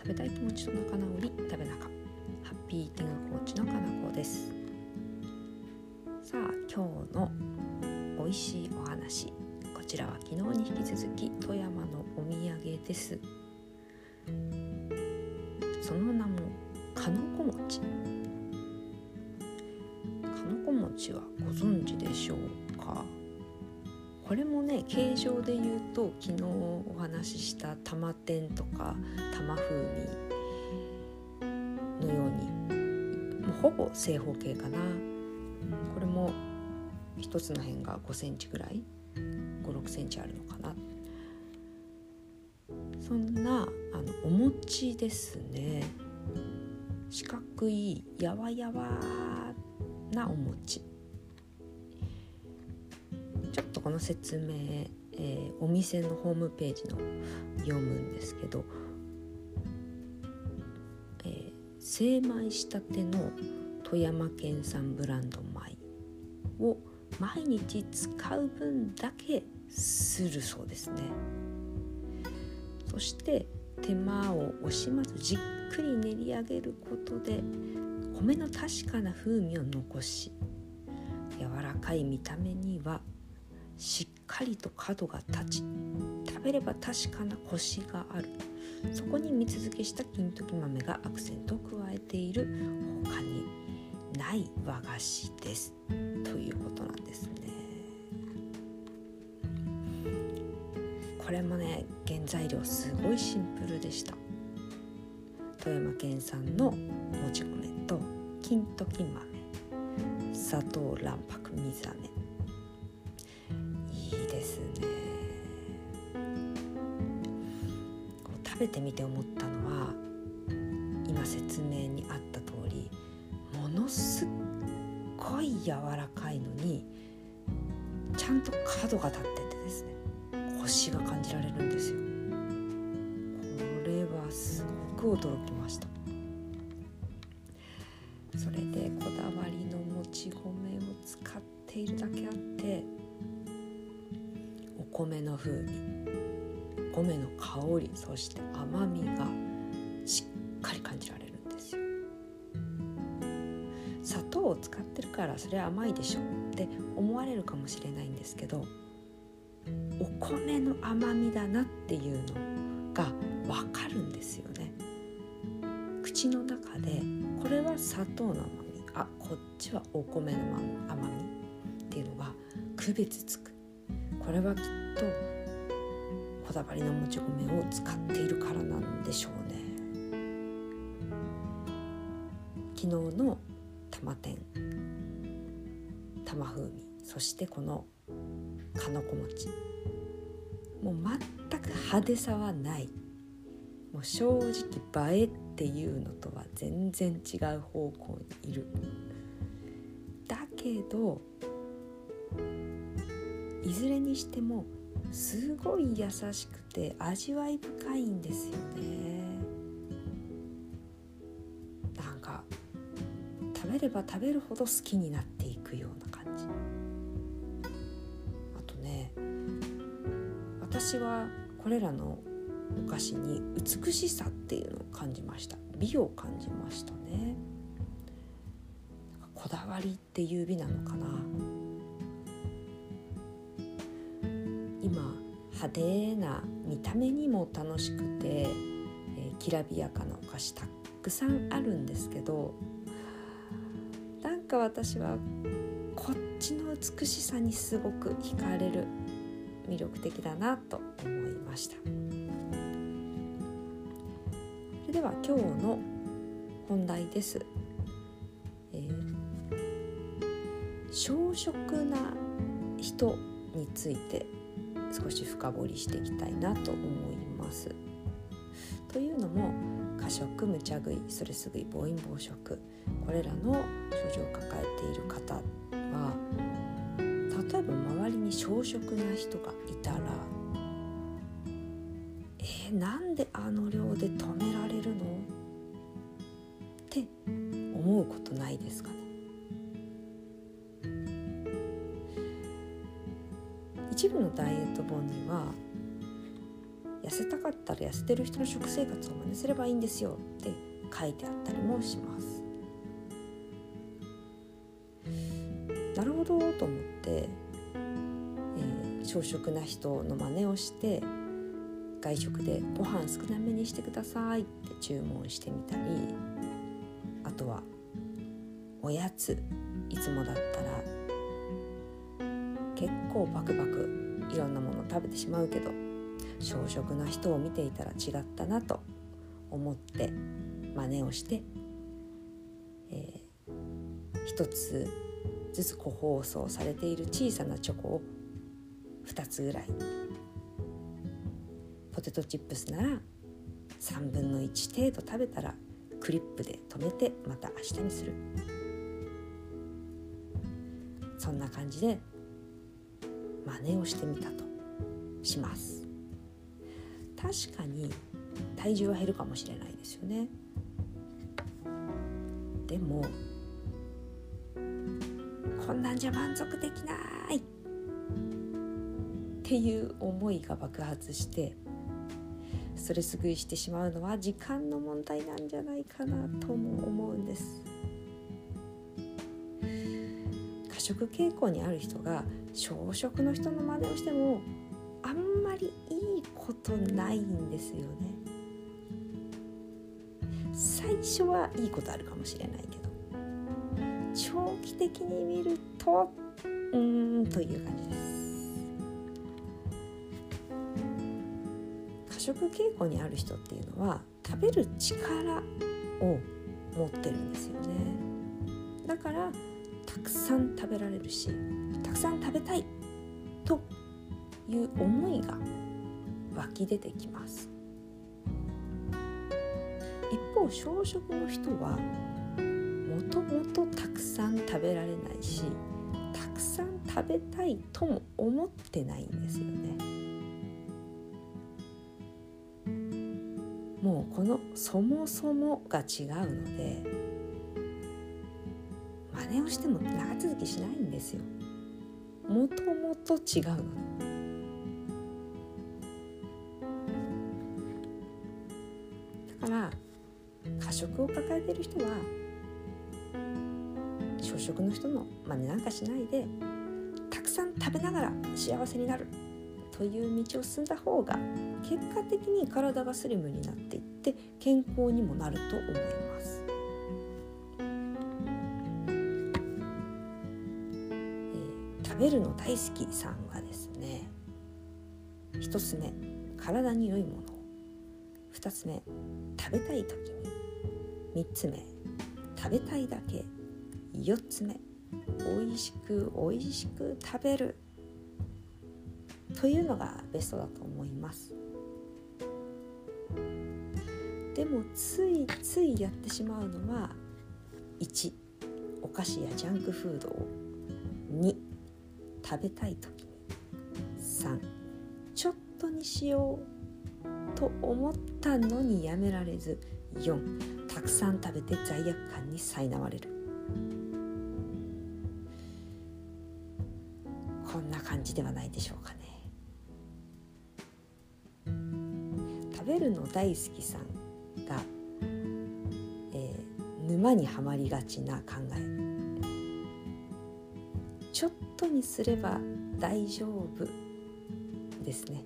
食べたい気持ちと仲直り、食べ仲、ハッピーイーティングコーチのかなこです。さあ、今日の美味しいお話、こちらは昨日に引き続き富山のお土産です。その名もかのこ餅。かのこ餅はご存知でしょうか。これもね、形状で言うと昨日お話しした玉天とか玉風味のように、もうほぼ正方形かな。これも一つの辺が5センチぐらい、5、6センチあるのかな。そんなお餅ですね。四角いやわやわなお餅。ちょっとこの説明、お店のホームページの読むんですけど、精米したての富山県産ブランド米を毎日使う分だけするそうですね。そして手間を惜しまずじっくり練り上げることで米の確かな風味を残し、柔らかい見た目にはしっかりと角が立ち、食べれば確かなコシがある。そこに蜜漬けした金時豆がアクセントを加えている他にない和菓子ですということなんですね。これもね、原材料すごいシンプルでした。富山県産のもち米と金時豆、砂糖、卵白、水飴。いいですね。食べてみて思ったのは、今説明にあった通り、ものすっごい柔らかいのにちゃんと角が立っててですね、コシが感じられるんですよ。これはすごく驚きました。それでこだわりのもち米を使っているだけあって、お米の風味、米の香り、そして甘みがしっかり感じられるんですよ。砂糖を使ってるからそれは甘いでしょって思われるかもしれないんですけど、お米の甘みだなっていうのがわかるんですよね。口の中でこれは砂糖の甘み、こっちはお米の甘みっていうのが区別つく。これはきっとこだわりのもち米を使っているからなんでしょうね。昨日の玉天、玉風味、そしてこのかのこ餅、もう全く派手さはない。もう正直映えっていうのとは全然違う方向にいる。だけどいずれにしてもすごい優しくて味わい深いんですよね。なんか食べれば食べるほど好きになっていくような感じ。あとね、私はこれらのお菓子に美しさっていうのを感じました。美を感じましたね。こだわりっていう美なのかな。今派手な見た目にも楽しくて、きらびやかなお菓子たくさんあるんですけど、なんか私はこっちの美しさにすごく惹かれる、魅力的だなと思いました。それでは今日の本題です。小食な人について少し深掘りしていきたいなと思います。というのも、過食、無茶食い、ストレス食い、暴飲暴食、これらの症状を抱えている方は、例えば周りに小食な人がいたら、なんであの量で止められるのって思うことないですかね。一部のダイエット本には痩せたかったら痩せてる人の食生活を真似すればいいんですよって書いてあったりもします。なるほどと思って、小食な人の真似をして外食でご飯少なめにしてくださいって注文してみたり、あとはおやつ、いつもだったら結構バクバクいろんなもの食べてしまうけど、小食な人を見ていたら違ったなと思って真似をして、一つずつ個包装されている小さなチョコを2つぐらい、ポテトチップスなら3分の1程度食べたらクリップで留めてまた明日にする。そんな感じで真似をしてみたとします。確かに体重は減るかもしれないですよね。でもこんなんじゃ満足できないっていう思いが爆発してストレス食いしてしまうのは時間の問題なんじゃないかなとも思うんです。過食傾向にある人が小食の人の真似をしてもあんまりいいことないんですよね。最初はいいことあるかもしれないけど、長期的に見るとという感じです。過食傾向にある人っていうのは食べる力を持ってるんですよね。だからたくさん食べられるし、たくさん食べたいという思いが湧き出てきます。一方、小食の人はもともとたくさん食べられないし、たくさん食べたいとも思ってないんですよね。もうこのそもそもが違うので真似をしても長続きしないんですよ。もともと違うので。だから過食を抱えている人は小食の人の真似なんかしないでたくさん食べながら幸せになるという道を進んだ方が結果的に体がスリムになっていって健康にもなると思います。食べるの大好きさんはですね、1つ目、体に良いもの、2つ目、食べたい時に、3つ目、食べたいだけ、4つ目、おいしくおいしく食べるというのがベストだと思います。でもついついやってしまうのは、1、お菓子やジャンクフードを、2、食べたい時に、3、ちょっとにしようと思ったのにやめられず、4、たくさん食べて罪悪感に苛まれる。こんな感じではないでしょうかね。食べるの大好きさんが、沼にはまりがちな考え、ちょっとにすれば大丈夫ですね。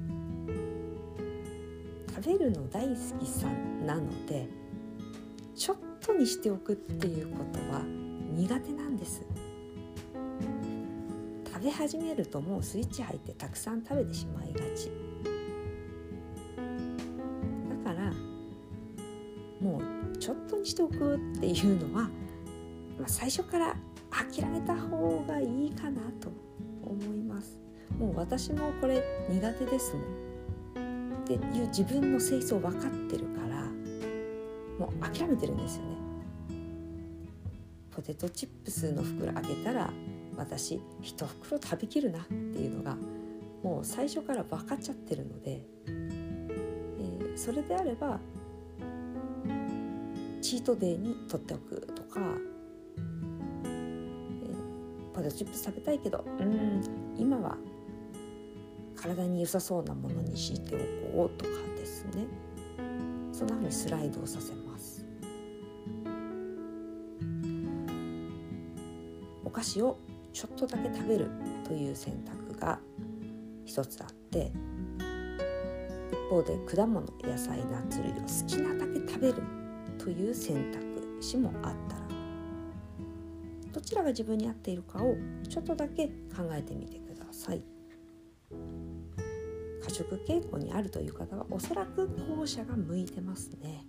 食べるの大好きさんなのでちょっとにしておくっていうことは苦手なんです。食べ始めるともうスイッチ入ってたくさん食べてしまいがちだから、もうちょっとにしておくっていうのは、最初から諦めた方がいいかなと思います。もう私もこれ苦手ですもんっていう自分の性質を分かってるからもう諦めてるんですよね。ポテトチップスの袋開けたら私一袋食べきるなっていうのがもう最初から分かっちゃってるので、それであればチートデーに取っておくとか、ポテトチップス食べたいけど今はカ体に良さそうなものに敷いておこうとかですね、そんな風にスライドをさせます。お菓子をちょっとだけ食べるという選択が一つあって、一方で果物、野菜、ナッツ類を好きなだけ食べるという選択肢もあったら、どちらが自分に合っているかをちょっとだけ考えてみてください。過食傾向にあるという方はおそらく後者が向いてますね。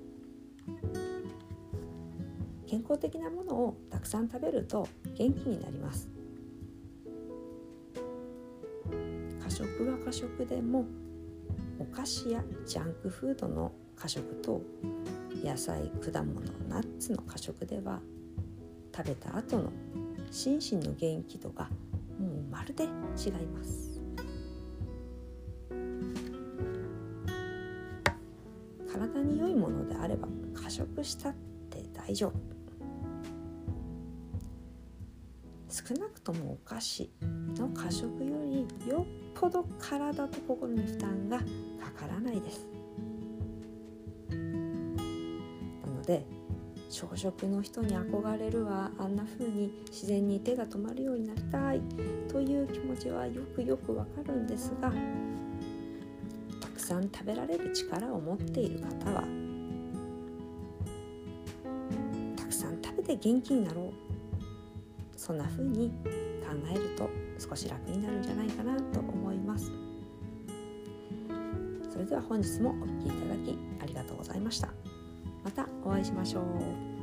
健康的なものをたくさん食べると元気になります。過食は過食でも、お菓子やジャンクフードの過食と野菜、果物、ナッツの過食では、食べた後の心身の元気度がもうまるで違います。体に良いものであれば過食したって大丈夫。少なくともお菓子の過食よりよっぽど体と心に負担がかからないです。なので、小食の人に憧れるわ、あんな風に自然に手が止まるようになりたいという気持ちはよくわかるんですが、たくさん食べられる力を持っている方は、たくさん食べて元気になろう、そんな風に考えると少し楽になるんじゃないかなと思います。それでは本日もお聞きいただきありがとうございました。またお会いしましょう。